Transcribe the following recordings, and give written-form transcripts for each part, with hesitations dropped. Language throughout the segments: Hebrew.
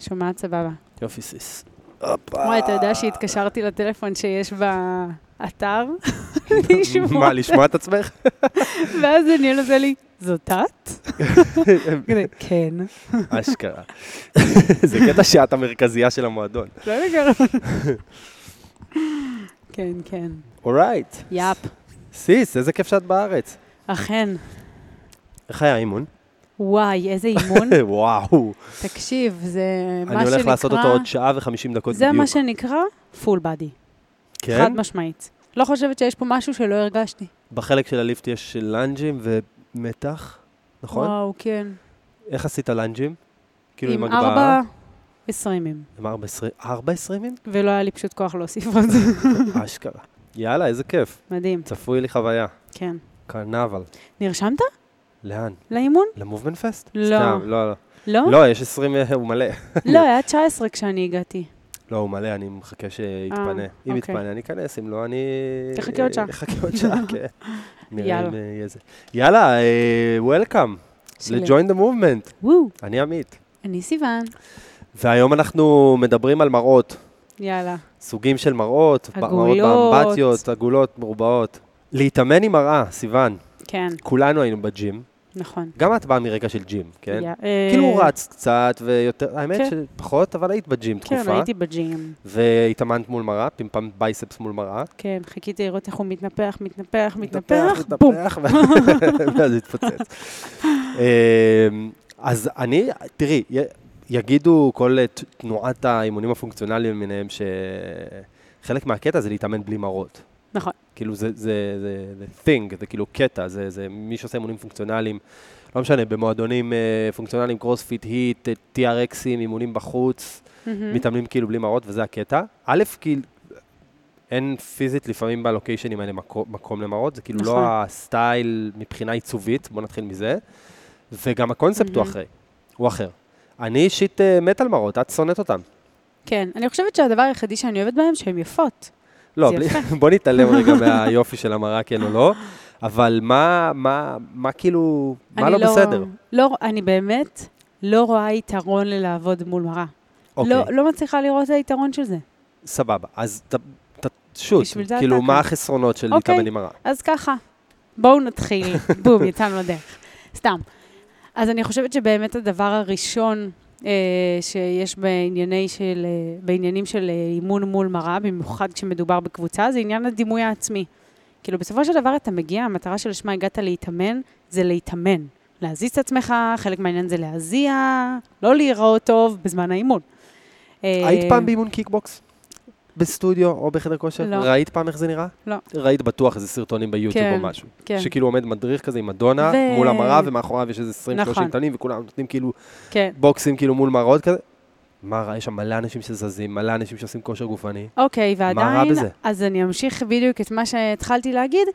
שומעת סבבה. יופי סיס. וואי, אתה יודע שהתקשרתי לטלפון שיש באתר? מה, לשמוע את עצמך? ואז דניאל עושה לי, זאת את? כן. אשכרה. זה קטע שאת המרכזייה של המועדון. לא לגמרי. כן, כן. אורייט. יאפ. סיס, איזה כיף שאת בארץ. אכן. איך היה אימון? וואי, איזה אימון. וואו. תקשיב, זה מה שנקרא... אני הולך לעשות אותו עוד שעה ו50 דקות זה בדיוק. מה שנקרא full body. כן? חד משמעית. לא חושבת שיש פה משהו שלא הרגשתי. בחלק של הליפט יש לנג'ים ומתח, נכון? וואו, כן. איך עשית לנג'ים? כאילו עם עם הגבהה? 4-20. עם 4 20? ולא היה לי פשוט כוח להוסיף עוד. אשכרה. יאללה, איזה כיף. מדהים. צפוי לי חוויה. כן. קרנבל. נרשמת? לאן? לאימון? למובמנט פסט? לא. סתם, לא. לא? לא, יש 20, הוא מלא. לא, היה 19 כשאני הגעתי. לא, הוא מלא, אני מחכה שיתפנה. אם אוקיי. יתפנה, אני אכנס, אם לא, אני... תחכה עוד שעה. תחכה עוד שעה, כן. נראה יאללה. אם יהיה זה. יאללה, welcome. שלי. ל-join the movement. וואו. אני עמית. אני סיוון. והיום אנחנו מדברים על מראות. יאללה. סוגים של מראות, עגולות. מראות באמבטיות, עגולות, מרובעות. להתאמן עם מראה, סיוון. כן, כולנו היינו בג'ים. נכון. גם את באה מרקע של ג'ים, כן? כאילו רץ קצת ויותר, האמת כן. שפחות, אבל היית בג'ים תקופה. כן, הייתי בג'ים. והתאמנת מול מראה, פימפמת בייספס מול מראה. כן, חיכיתי לראות איך הוא מתנפח, מתנפח, בום. ואז התפוצץ. אז אני, תראי, יגידו כל תנועת האימונים הפונקציונליים למיניהם שחלק מהקטע זה להתאמן בלי מראות. נכון. כאילו זה thing, זה כאילו קטע, זה מי שעושה אימונים פונקציונליים, לא משנה, במועדונים פונקציונליים, קרוספיט, היט, TRXים, אימונים בחוץ, מתאמנים כאילו בלי מראות, וזה הקטע. א', כאילו, אין פיזית לפעמים בלוקיישנים האלה מקום למראות, זה כאילו לא הסטייל מבחינה עיצובית, בוא נתחיל מזה, וגם הקונספט הוא אחר. אני אישית מת על מראות, את שונאת אותם. כן, אני חושבת שהדבר היחידי שאני אוהבת בהם שהן יפות. לא, בוא נתעלם רגע מהיופי של המראה, כן או לא, אבל מה כאילו, מה לא בסדר? לא, אני באמת לא רואה יתרון ללעבוד מול מראה. לא מצליחה לראות את היתרון של זה. סבבה, אז שוט, כאילו מה החסרונות של להתאמן עם מראה? אז ככה, בואו נתחיל, בום, יצאנו לדרך. סתם. אז אני חושבת שבאמת הדבר הראשון שיש בעניינים של אימון מול מראה, במיוחד כשמדובר בקבוצה, זה עניין הדימוי העצמי. כאילו בסופו של דבר אתה מגיע, המטרה שלשמה הגעת להתאמן, זה להתאמן. להזיז את עצמך, חלק מהעניין זה להזיע, לא להיראות טוב בזמן האימון. היית פעם באימון קיקבוקס? בסטודיו או בחדר כושר? לא. ראית פעם איך זה נראה? לא. ראית בטוח איזה סרטונים ביוטיוב או משהו. כן. שכאילו עומד מדריך כזה עם מדונה מול המראה, ומאחוריו יש איזה 20-30 תנים, וכולם נותנים כאילו בוקסים כאילו מול מראות כזה. מה, יש שם מלא אנשים שזזים, מלא אנשים שעושים כושר גופני. אוקיי, ועדיין, מה רע בזה? אז אני אמשיך בדיוק את מה שהתחלתי להגיד,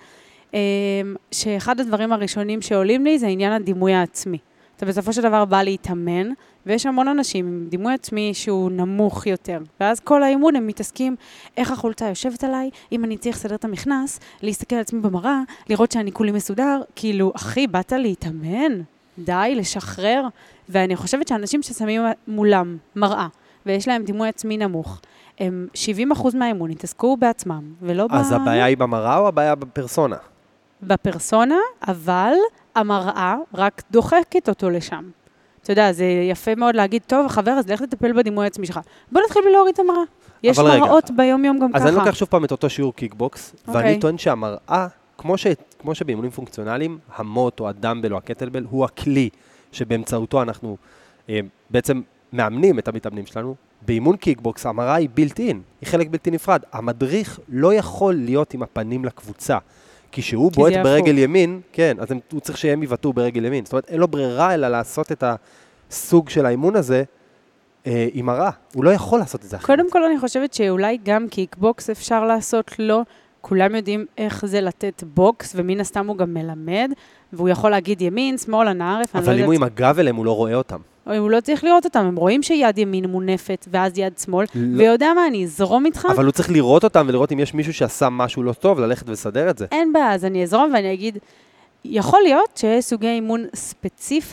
שאחד הדברים הראשונים שעולים לי זה עניין הדימוי העצמי. אתה בסופו של דבר בא להתאמן, ויש המון אנשים עם דימוי עצמי שהוא נמוך יותר. ואז כל האימון הם מתעסקים איך החולצה יושבת עליי, אם אני צריך לסדר את המכנס, להסתכל על עצמי במראה, לראות שאני כולי מסודר, כאילו, אחי, באת להתאמן? די, לשחרר. ואני חושבת שאנשים ששמים מולם מראה, ויש להם דימוי עצמי נמוך, הם 70% מהאימון התעסקו בעצמם, ולא אז הבעיה היא במראה או הבעיה בפרסונה? בפרסונה, אבל המראה רק דוחקת אותו לשם. אתה יודע, זה יפה מאוד להגיד, טוב, חבר, אז לך לטפל בדימוי העצמי שלך. בוא נתחיל בלהוריד את המראה. יש מראות ביום יום גם ככה. אז אני לוקח שוב פעם את אותו שיעור קיקבוקס, ואני טוען שהמראה, כמו שבאימונים פונקציונליים, המוט או הדמבל או הקטלבל, הוא הכלי שבאמצעותו אנחנו בעצם מאמנים את המתאמנים שלנו. באימון קיקבוקס, המראה היא בלתי אין, היא חלק בלתי נפרד. המדריך לא יכול להיות עם הפנים לקבוצה. כי שהוא בועט ברגל ימין, כן, אז הוא צריך שהם יבטאו ברגל ימין. זאת אומרת, אין לו ברירה אלא לעשות את הסוג של האימון הזה עם מראה. הוא לא יכול לעשות את זה. קודם כל אני חושבת שאולי גם קיקבוקס אפשר לעשות לו, כולם יודעים איך זה לתת בוקס, ומן הסתם הוא גם מלמד, והוא יכול להגיד ימין, שמאל, הנערף. אבל אם הוא עם הגב אליהם, הוא לא רואה אותם. הוא לא צריך לראות אותם, הם רואים שיד ימין מונפת, ואז יד שמאל, ויודע מה, אני אזרום איתך. אבל הוא צריך לראות אותם, ולראות אם יש מישהו שעשה משהו לא טוב, ללכת ולסדר את זה. אין בעיה, אז אני אזרום ואני אגיד, יכול להיות שיש סוגי אימון ספציפיים,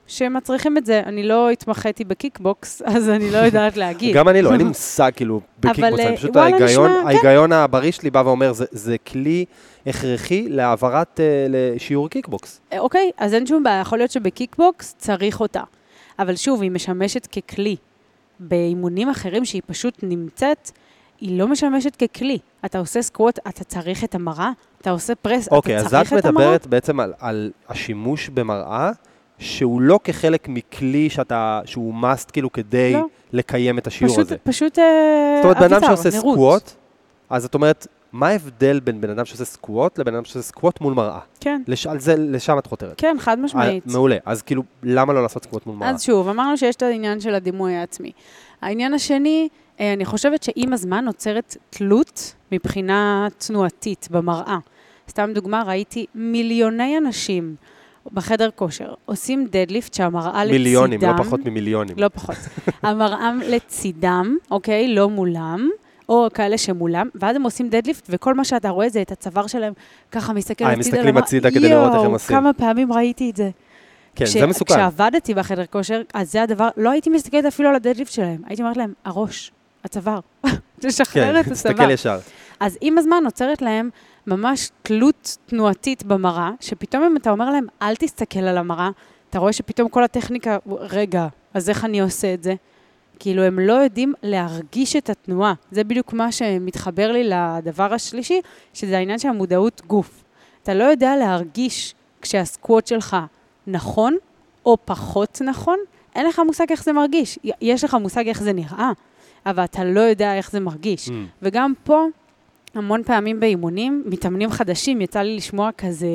שמצריכים את זה. אני לא התמחיתי בקיקבוקס, אז אני לא יודעת להגיד. גם אני לא, אין לי מושג כאילו בקיקבוקס, אני פשוט ההיגיון הבריא שלי בא ואומר, זה כלי הכרחי להעברת לשיעור קיקבוקס. אוקיי, אז אין שום בעיה, יכול להיות שבקיקבוקס צריך אותה. אבל שוב, היא משמשת ככלי. באימונים אחרים שהיא פשוט נמצאת, היא לא משמשת ככלי. אתה עושה סקווט, אתה צריך את המראה, אתה עושה פרס, אתה צריך את המראה. אוקיי, אז את מדברת בעצם על השימוש במראה, שהוא לא כחלק מכלי שהוא מאסט כאילו כדי לקיים את השיעור הזה. פשוט זאת אומרת, בן אדם שעושה סקווט, אז את אומרת, מה ההבדל בין בן אדם שעושה סקווט לבן אדם שעושה סקווט מול מראה? כן. לשם את חותרת. כן, חד משמעית. מעולה. אז כאילו, למה לא לעשות סקווט מול מראה? אז שוב, אמרנו שיש את העניין של הדימוי העצמי. העניין השני, אני חושבת שעם הזמן נוצרת תלות מבחינה תנועתית במראה. סתם דוגמה, ראיתי מיליוני אנשים בחדר כושר, עושים דדליפט שהמראה לצידם. מיליונים, לא פחות ממיליונים. לא פחות. המראה לצידם, אוקיי, לא מולם, או כאלה שמולם, ואז הם עושים דדליפט, וכל מה שאתה רואה זה את הצוואר שלהם, ככה מסתכל הצידה. הם מסתכלים הצידה כדי לראות איך הם עושים. כמה פעמים ראיתי את זה. כן, זה מסוכן. כשעבדתי בחדר כושר, אז זה הדבר, לא הייתי מסתכלת אפילו על הדדליפט שלהם, הייתי אומרת להם, הראש, הצוואר, תשחרר את הצוואר. תסתכל ישר. אז עם הזמן נוצרת להם ממש תלות תנועתית במראה, שפתאום אם אתה אומר להם, אל תסתכל על המראה, אתה רואה שפתאום כל הטכניקה, רגע, אז איך אני עושה את זה? כאילו הם לא יודעים להרגיש את התנועה. זה בדיוק מה שמתחבר לי לדבר השלישי, שזה העניין של המודעות גוף. אתה לא יודע להרגיש כשהסקווט שלך נכון או פחות נכון, אין לך מושג איך זה מרגיש. יש לך מושג איך זה נראה, אבל אתה לא יודע איך זה מרגיש. וגם פה, המון פעמים באימונים, מתאמנים חדשים, יצא לי לשמוע כזה,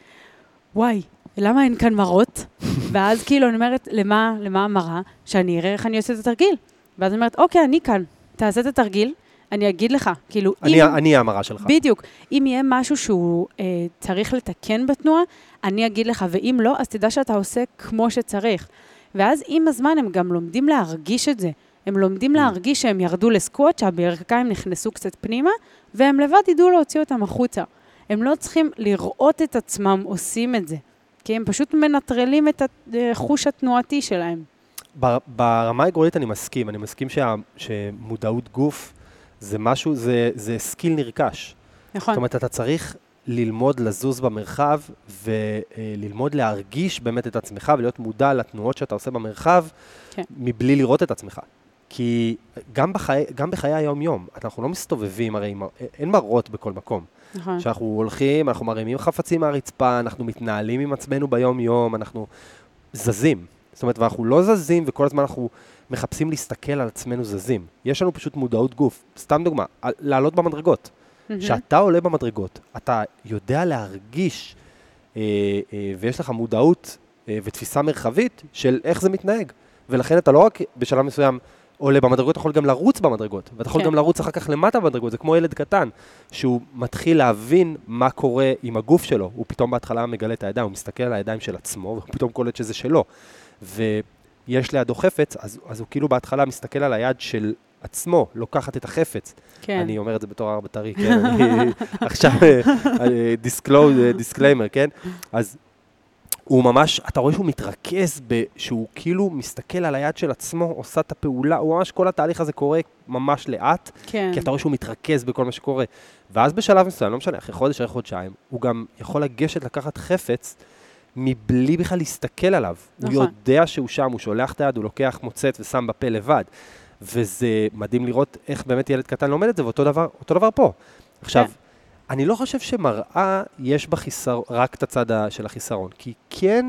וואי, למה אין כאן מראות? ואז כאילו אני אומרת, למה המראה? שאני אראה איך אני עושה את התרגיל. ואז אני אומרת, אוקיי, אני כאן, תעשה את התרגיל, אני אגיד לך, כאילו, אני המראה שלך. בדיוק. אם יהיה משהו שהוא צריך לתקן בתנועה, אני אגיד לך, ואם לא, אז תדע שאתה עושה כמו שצריך. ואז עם הזמן הם גם לומדים להרגיש את זה. הם לומדים להרגיש שהם ירדו לסקווט, שהברכיים נכנסו קצת פנימה, והם לבד ידעו להוציא אותם החוצה. הם לא צריכים לראות את עצמם עושים את זה, כי הם פשוט מנטרלים את החוש התנועתי שלהם. ברמה העקרונית אני מסכים שמודעות גוף זה משהו, זה סקיל נרכש. נכון. זאת אומרת, אתה צריך ללמוד לזוז במרחב, וללמוד להרגיש באמת את עצמך, ולהיות מודע לתנועות שאתה עושה במרחב, כן. מבלי לראות את עצמך. כי גם בחיי היום-יום, אנחנו לא מסתובבים, הרי אין מראות בכל מקום. נכון. שאנחנו הולכים, אנחנו מרימים חפצים מהרצפה, אנחנו מתנהלים עם עצמנו ביום-יום, אנחנו זזים. זאת אומרת, ואנחנו לא זזים, וכל הזמן אנחנו מחפשים להסתכל על עצמנו זזים. יש לנו פשוט מודעות גוף. סתם דוגמה, לעלות במדרגות. כשאתה עולה במדרגות, אתה יודע להרגיש, ויש לך מודעות ותפיסה מרחבית של איך זה מתנהג. ולכן אתה לא רק בשלב מסוים עולה במדרגות, אתה יכול גם לרוץ במדרגות, ואתה יכול גם לרוץ אחר כך למטה במדרגות. זה כמו ילד קטן, שהוא מתחיל להבין מה קורה עם הגוף שלו. הוא פתאום בהתחלה מגלה את הידיים, הוא מסתכל על הידיים של עצמו, והוא פתאום קולט שזה שלו. ויש לידו חפץ, אז הוא כאילו בהתחלה מסתכל על היד של עצמו, לוקחת את החפץ. כן. אני אומר את זה בתור הרבה טרי, כן? עכשיו, דיסקליימר, כן? אז הוא ממש, אתה רואה שהוא מתרכז, שהוא כאילו מסתכל על היד של עצמו, עושה את הפעולה, הוא ממש, כל התהליך הזה קורה ממש לאט, כן. כי אתה רואה שהוא מתרכז בכל מה שקורה. ואז בשלב מסוים, לא משנה, אחרי חודש, אחרי חודשיים, הוא גם יכול לגשת לקחת חפץ, מבלי בכלל להסתכל עליו. נכון. הוא יודע שהוא שם, הוא שולח את היד, הוא לוקח מוצאת ושם בפה לבד. וזה מדהים לראות איך באמת ילד קטן לומד את זה, ואותו דבר פה. עכשיו, אני לא חושב שמראה יש בחיסרון, רק את הצד של החיסרון, כי כן,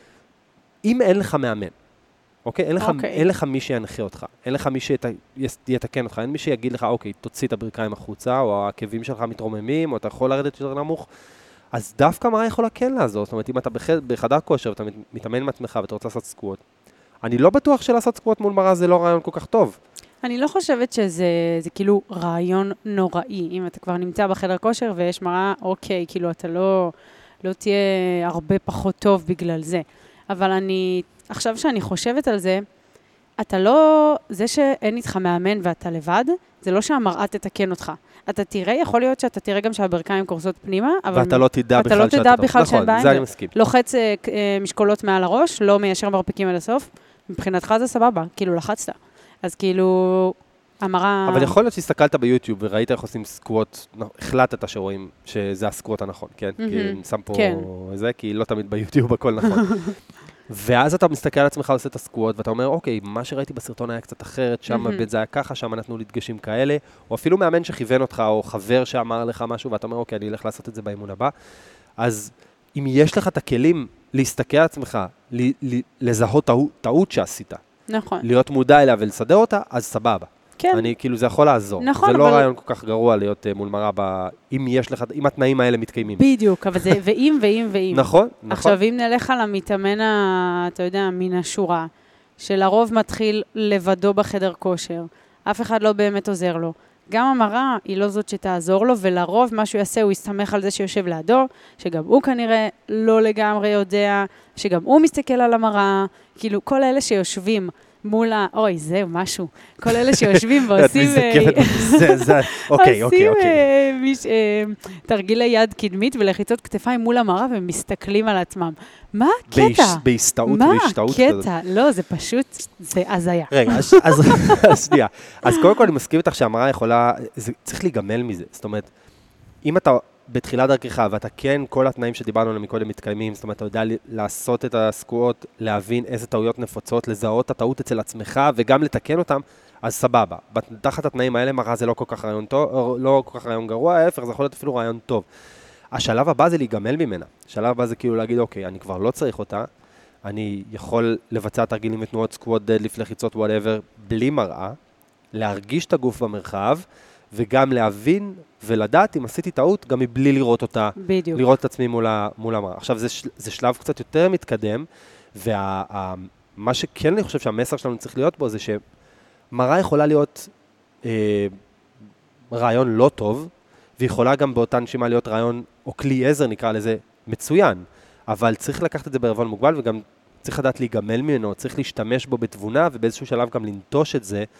אם אין לך מאמן, אוקיי? אין לך מי שינחה אותך, אין לך מי שיתקן אותך, אין מי שיגיד לך, אוקיי, תוציא את הברכיים החוצה, או העקבים שלך מתרוממים, או אתה יכול לרדת יותר נמוך, אז דווקא מראה יכולה כן לעזור. זאת אומרת, אם אתה בחדר כושר, ואתה מתאמן עם עצמך, ואתה רוצה לעשות סקווט, אני לא בטוח שלעשות סקווט מול מראה זה לא רעיון כל כך טוב. אני לא חושבת שזה כאילו רעיון נוראי. אם אתה כבר נמצא בחדר כושר ויש מראה, אוקיי, כאילו אתה לא תהיה הרבה פחות טוב בגלל זה. אבל עכשיו שאני חושבת על זה, אתה לא, זה שאין איתך מאמן ואתה לבד, זה לא שהמראה תתקן אותך. אתה תראה, יכול להיות שאתה תראה גם שהברכיים קורסות פנימה, אבל ואתה לא תדע בכלל שאתה לא תדע בכלל שאין בעיה. נכון, זה אני מסכים. לוחץ משקולות מעל הראש, לא מיישר מרפקים עד הסוף, מבחינתך זה סבבה, כאילו לחצת. אז כאילו, המראה... אבל יכול להיות שהסתכלת ביוטיוב וראית איך עושים סקווט, החלטת שרואים שזה הסקווט הנכון, כן? כי אני שם פה זה, כי לא תמיד ביוטיוב הכל נכון. ואז אתה מסתכל על עצמך ועושה את הסקווט, ואתה אומר, אוקיי, מה שראיתי בסרטון היה קצת אחרת, שם זה היה ככה, שם נתנו לי דגשים כאלה, או אפילו מאמן שכיוון אותך, או חבר שאמר לך משהו, ואתה אומר, אוקיי, אני אלך לעשות את זה באימון הבא. אז אם יש לך את הכלים להסתכל על עצמך, לזהות טעות שעשית, נכון. להיות מודע אליה ולסדר אותה, אז סבבה. כן. כאילו זה יכול לעזור. נכון, זה לא רעיון כל כך גרוע להיות מול מראה, אם התנאים האלה מתקיימים. בדיוק, אבל זה ואם. נכון. עכשיו, אם נלך על המתאמן, אתה יודע, מן השורה, שלרוב מתחיל לבדו בחדר כושר, אף אחד לא באמת עוזר לו. גם המראה היא לא זאת שתעזור לו, ולרוב מה שהוא יעשה, הוא יסתמך על זה שיושב לידו, שגם הוא כנראה לא לגמרי יודע, שגם הוא מסתכל על המראה, כאילו כל אלה שיושבים מול אוי, זהו, משהו. כל אלה שיושבים ועושים... אוקיי. עושים תרגילי יד קדמית ולחיצות כתפיים מול המראה, ומסתכלים על עצמם. מה הקטע? בהסתאות. מה הקטע? לא, זה פשוט, זה הזיה. רגע, אז שנייה. אז קודם כל אני מסכים איתך שהמראה יכולה, צריך להיגמל מזה. זאת אומרת, אם אתה בתחילת דרכך, ואתה כן, כל התנאים שדיברנו עליהם מקודם מתקיימים, זאת אומרת, אתה יודע לעשות את הסקועות, להבין איזה טעויות נפוצות, לזהות את הטעות אצל עצמך, וגם לתקן אותם, אז סבבה. תחת התנאים האלה, מראה זה לא כל כך רעיון טוב, לא כל כך רעיון גרוע, ההפך, זה יכול להיות אפילו רעיון טוב. השלב הבא זה להיגמל ממנה. השלב הבא זה כאילו להגיד, אוקיי, אני כבר לא צריך אותה, אני יכול לבצע תרגילים ותנועות סקועות, דדליפט, לחיצות, whatever, בלי מראה, להרגיש את הגוף במרחב, וגם להבין ולדעת אם עשיתי טעות, גם מבלי לראות אותה, בדיוק. לראות את עצמי מול המראה. עכשיו, זה שלב קצת יותר מתקדם, ומה שכן אני חושב שהמסר שלנו צריך להיות בו, זה שמראה יכולה להיות רעיון לא טוב, ויכולה גם באותה נשימה להיות רעיון, או כלי עזר נקרא לזה, מצוין, אבל צריך לקחת את זה בערבון מוגבל, וגם צריך לדעת להיגמל ממנו, צריך להשתמש בו בתבונה, ובאיזשהו שלב גם לנטוש את זה,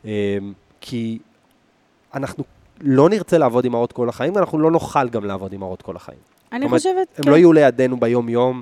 כי אנחנו לא נרצה לעבוד עם מראות כל החיים, ואנחנו לא נוכל גם לעבוד עם מראות כל החיים. אני חושבת, הם לא יהיו לידינו ביום-יום,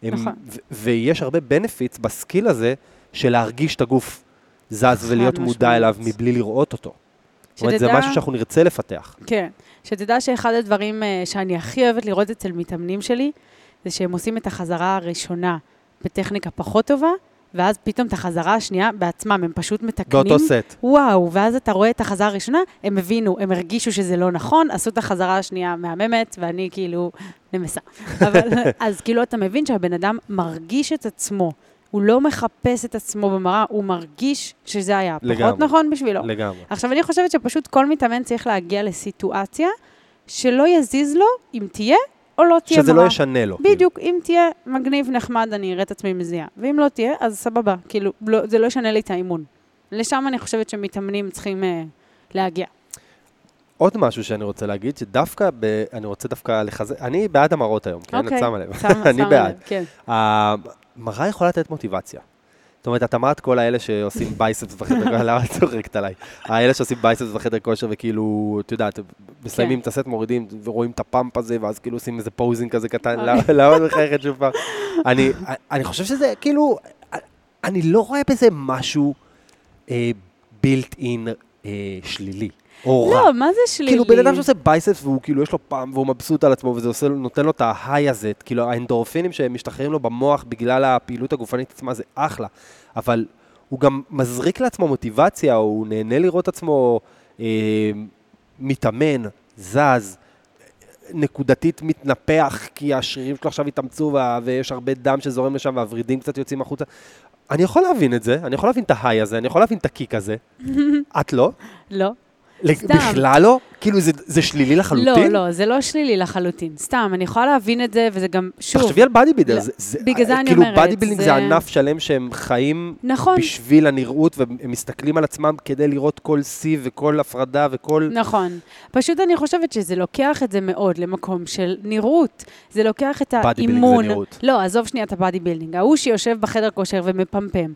ויש הרבה בנפיץ בסקיל הזה, של להרגיש את הגוף זז ולהיות מודע אליו מבלי לראות אותו. זאת אומרת, זה משהו שאנחנו נרצה לפתח. כן, שתדע שאחד הדברים שאני הכי אוהבת לראות אצל מתאמנים שלי, זה שהם עושים את החזרה הראשונה בטכניקה פחות טובה, ואז פתאום את החזרה השנייה בעצמם, הם פשוט מתקנים. באותו סט. וואו, ואז אתה רואה את החזרה הראשונה, הם הבינו, הם הרגישו שזה לא נכון, עשו את החזרה השנייה מהממת, ואני כאילו נמסה. אז כאילו אתה מבין שהבן אדם מרגיש את עצמו, הוא לא מחפש את עצמו במראה, הוא מרגיש שזה היה פחות נכון בשבילו. לגמרי. עכשיו, אני חושבת שפשוט כל מתאמן צריך להגיע לסיטואציה שלא יזיז לו אם תהיה או לא תהיה שזה מראה. לא ישנה לו. בדיוק, אם תהיה מגניב נחמד, אני אראה את עצמי מזיעה. ואם לא תהיה, אז סבבה. כאילו, זה לא ישנה לי את האימון. לשם אני חושבת שמתאמנים צריכים להגיע. עוד משהו שאני רוצה להגיד, שדווקא, אני רוצה דווקא לחזק, אני בעד המראות היום, כן? את שמה לב. אני בעד. המראה יכולה לתת מוטיבציה. זאת אומרת, את אמרת כל האלה שעושים בייספס בחדר כושר, למה את צוחקת עליי? האלה שעושים בייספס בחדר כושר וכאילו, אתה יודע, מסיימים את הסט, מורידים ורואים את הפאמפ הזה, ואז כאילו עושים איזה פוזינג כזה קטן, למה מחייכת שוב פעם? אני חושב שזה כאילו, אני לא רואה בזה משהו בילט אין שלילי. לא, מה זה שלילי? כאילו, בן אדם שעושה בייספס, והוא כאילו, יש לו פעם, והוא מבסוט על עצמו, וזה נותן לו את ההיי הזה, כאילו, האנדורפינים שמשתחררים לו במוח בגלל הפעילות הגופנית עצמה, זה אחלה. אבל הוא גם מזריק לעצמו מוטיבציה, הוא נהנה לראות עצמו מתאמן, זז, נקודתית מתנפח, כי השרירים שלו עכשיו התאמצו, ויש הרבה דם שזורם לשם, והוורידים קצת יוצאים החוצה. אני יכול להבין את זה, אני יכול להבין את ההיי הזה, אני יכול להבין את הקיק הזה. את לא? לא. בכלל לא? כאילו זה שלילי לחלוטין? לא, זה לא שלילי לחלוטין. סתם, אני יכולה להבין את זה, וזה גם, שוב... תחשבי על בדי בילדינג. בגלל זה אני אומרת. כאילו אומרת. בדי בילדינג זה ענף שלם שהם חיים בשביל הנראות, והם מסתכלים על עצמם כדי לראות כל סי וכל הפרדה וכל... נכון. פשוט אני חושבת שזה לוקח את זה מאוד למקום של נראות. זה לוקח את האימון... בדי בילדינג זה נראות. לא, עזוב שנייה את הבדי בילדינג. ההוא שיושב בחדר כושר ומפמפם.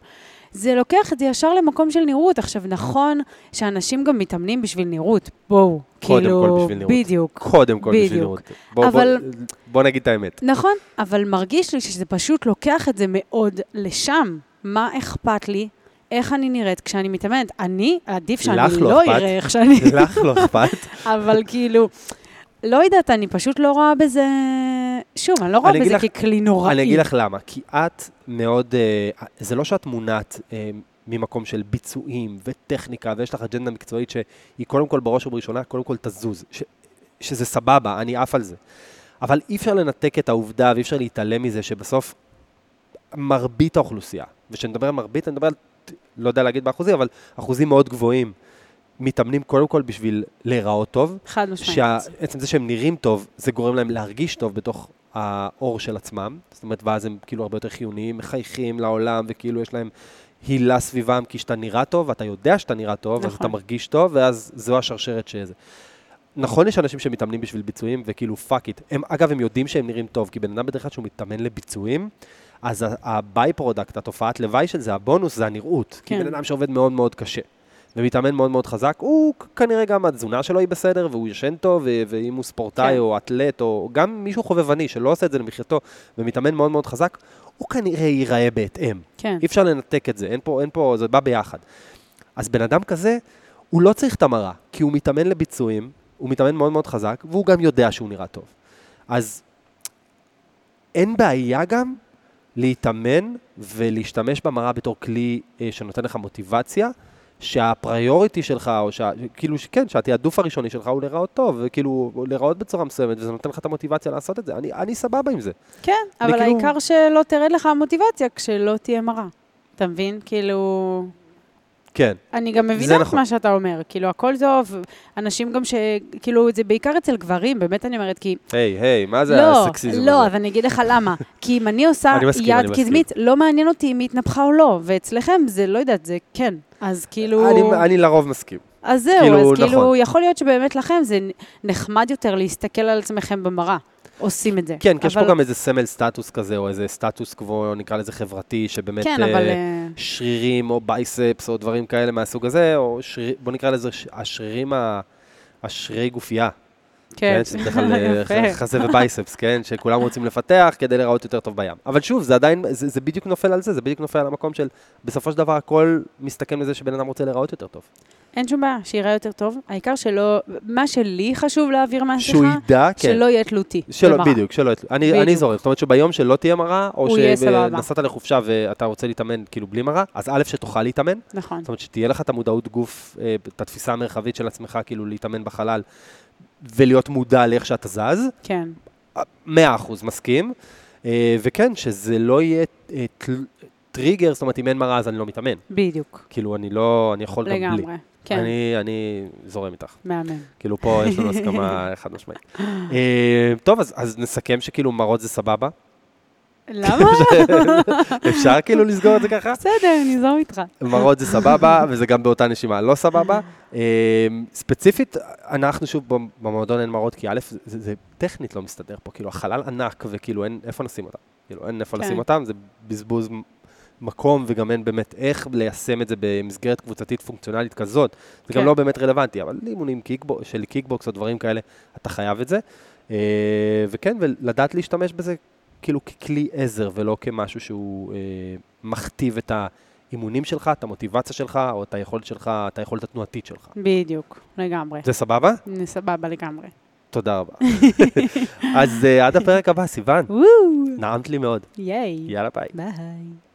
זה לוקח את זה ישר למקום של נראות. עכשיו, נכון שאנשים גם מתאמנים בשביל נראות. בואו, קודם כאילו, כל בשביל נראות. בדיוק. קודם כל בשביל נראות. בוא נגיד את האמת. נכון, אבל מרגיש לי שזה פשוט לוקח את זה מאוד לשם. מה אכפת לי? איך אני נראית כשאני מתאמנת? עדיף שאני לא אראה איך שאני... לך לא אכפת. אבל כאילו, לא יודעת, אני פשוט לא רואה בזה... שוב, אני לא רואה בזה ככלי נוראי. אני אגיד לך למה. כי את מאוד... זה לא שאת מונעת ממקום של ביצועים וטכניקה, ויש לך אג'נדה מקצועית שהיא קודם כל בראש ובראשונה, קודם כל תזוז. שזה סבבה, אני עף על זה. אבל אי אפשר לנתק את העובדה, ואי אפשר להתעלם מזה שבסוף מרבית האוכלוסייה, ושנדבר על מרבית, אני מדבר על, לא יודע להגיד באחוזים, אבל אחוזים מאוד גבוהים, מתאמנים קודם כל בשביל להיראות טוב. חד משמעית. שעצם זה שהם נראים טוב, זה גורם להם להרגיש טוב בתוך האור של עצמם. זאת אומרת, ואז הם כאילו הרבה יותר חיוניים, מחייכים לעולם, וכאילו יש להם הילה סביבם, כי שאתה נראה טוב, ואתה יודע שאתה נראה טוב, נכון. אז אתה מרגיש טוב, ואז זו השרשרת שזה. נכון, יש אנשים שמתאמנים בשביל ביצועים, וכאילו פאק איט. אגב, הם יודעים שהם נראים טוב, כי בן אדם בדרך כלל שהוא מתאמן לביצועים, אז הביי פרודקט, התופעת לוואי של זה, הבונוס זה הנראות. כן. כי בן אדם שעובד מאוד מאוד קשה, ומתאמן מאוד מאוד חזק, הוא כנראה גם התזונה שלו היא בסדר, והוא ישן טוב, ואם הוא ספורטאי כן. או אתלט, או גם מישהו חובבני שלא עושה את זה למחייתו, ומתאמן מאוד מאוד חזק, הוא כנראה ייראה בהתאם. כן. אי אפשר לנתק את זה, אין פה, זה בא ביחד. אז בן אדם כזה, הוא לא צריך את המראה, כי הוא מתאמן לביצועים, הוא מתאמן מאוד מאוד חזק, והוא גם יודע שהוא נראה טוב. אז אין בעיה גם להתאמן ולהשתמש במראה בתור כלי שנותן לך מוטיבציה, שהפריוריטי שלך, או כאילו, כן, שהתיעדוף הראשוני שלך הוא לראות טוב, וכאילו, לראות בצורה מסוימת, וזה נותן לך את המוטיבציה לעשות את זה. אני סבבה עם זה. כן, אבל כאילו... העיקר שלא תרד לך המוטיבציה כשלא תהיה מראה. אתה מבין? כאילו... כן. אני גם מבינה את מה שאתה אומר, כאילו, הכל טוב, אנשים גם כאילו, זה בעיקר אצל גברים, באמת אני אומרת, כי... היי, מה זה הסקסיזם הזה? לא, אז אני אגיד לך למה. כי אם אני עושה יד קדמית, לא מעניין אותי אם היא התנפחה או לא, ואצלכם זה, לא יודעת, זה כן. אז כאילו... אני לרוב מסכים. אז זהו, אז כאילו, יכול להיות שבאמת לכם זה נחמד יותר להסתכל על עצמכם במראה. עושים את זה. כן, כי יש פה גם איזה סמל סטטוס כזה, או איזה סטטוס קבוע, נקרא לזה חברתי, שבאמת שרירים או בייספס או דברים כאלה מהסוג הזה, או בוא נקרא לזה השרירי גופייה. כן. שזה בדרך כלל חזה ובייספס, כן? שכולם רוצים לפתח כדי לראות יותר טוב בים. אבל שוב, זה עדיין, זה בדיוק נופל על זה, זה בדיוק נופל על המקום של, בסופו של דבר, הכל מסתכם לזה שבן אדם רוצה לראות יותר טוב. אין שום בעיה, שיראה יותר טוב. העיקר שלא, מה שלי חשוב להעביר מהשיחה, שהוא ידע, כן. שלא יהיה תלותי. בדיוק, שלא יהיה תלותי. אני זורק, זאת אומרת שביום שלא תהיה מראה, או שנסעת לחופשה ואתה רוצה להתאמן כאילו בלי מראה, אז א' שתוכל להתאמן. נכון. זאת אומרת שתהיה לך את המודעות גוף, את התפיסה המרחבית של עצמך, כאילו להתאמן בחלל, ולהיות מודע לאיך שאתה זז. כן. 100% מסכים. וכן, שזה לא יהיה טריגר, זאת אומרת, אם אין מראה, אז אני לא מתאמן. בדיוק. כאילו, אני יכול גם בלי. לגמרי. כן. אני זורם איתך. מאמן. כאילו פה יש לנו הסכמה חד משמעית. טוב, אז נסכם שכאילו מראות זה סבבה. למה? אפשר כאילו לסגור את זה ככה? בסדר, נזור איתך. מראות זה סבבה, וזה גם באותה נשימה לא סבבה. ספציפית, אנחנו שוב במועדון אין מראות, כי א', זה טכנית לא מסתדר פה, כאילו החלל ענק, וכאילו אין איפה נשים אותם. כאילו אין איפה לשים אותם, זה בזבוז מקום, וגם אין באמת איך ליישם את זה במסגרת קבוצתית פונקציונלית כזאת. זה גם לא באמת רלוונטי, אבל לימונים של קיקבוקס או דברים כאלה, אתה חייב את זה. וכן, ולדעת להשתמש בזה כאילו ככלי עזר, ולא כמשהו שהוא מכתיב את האימונים שלך, את המוטיבציה שלך, או את היכולת שלך, את היכולת התנועתית שלך. בדיוק, לגמרי. זה סבבה? זה סבבה לגמרי. תודה רבה. אז עד הפרק הבא, סיוון. נעמת לי מאוד. ייי. יאללה ביי. ביי.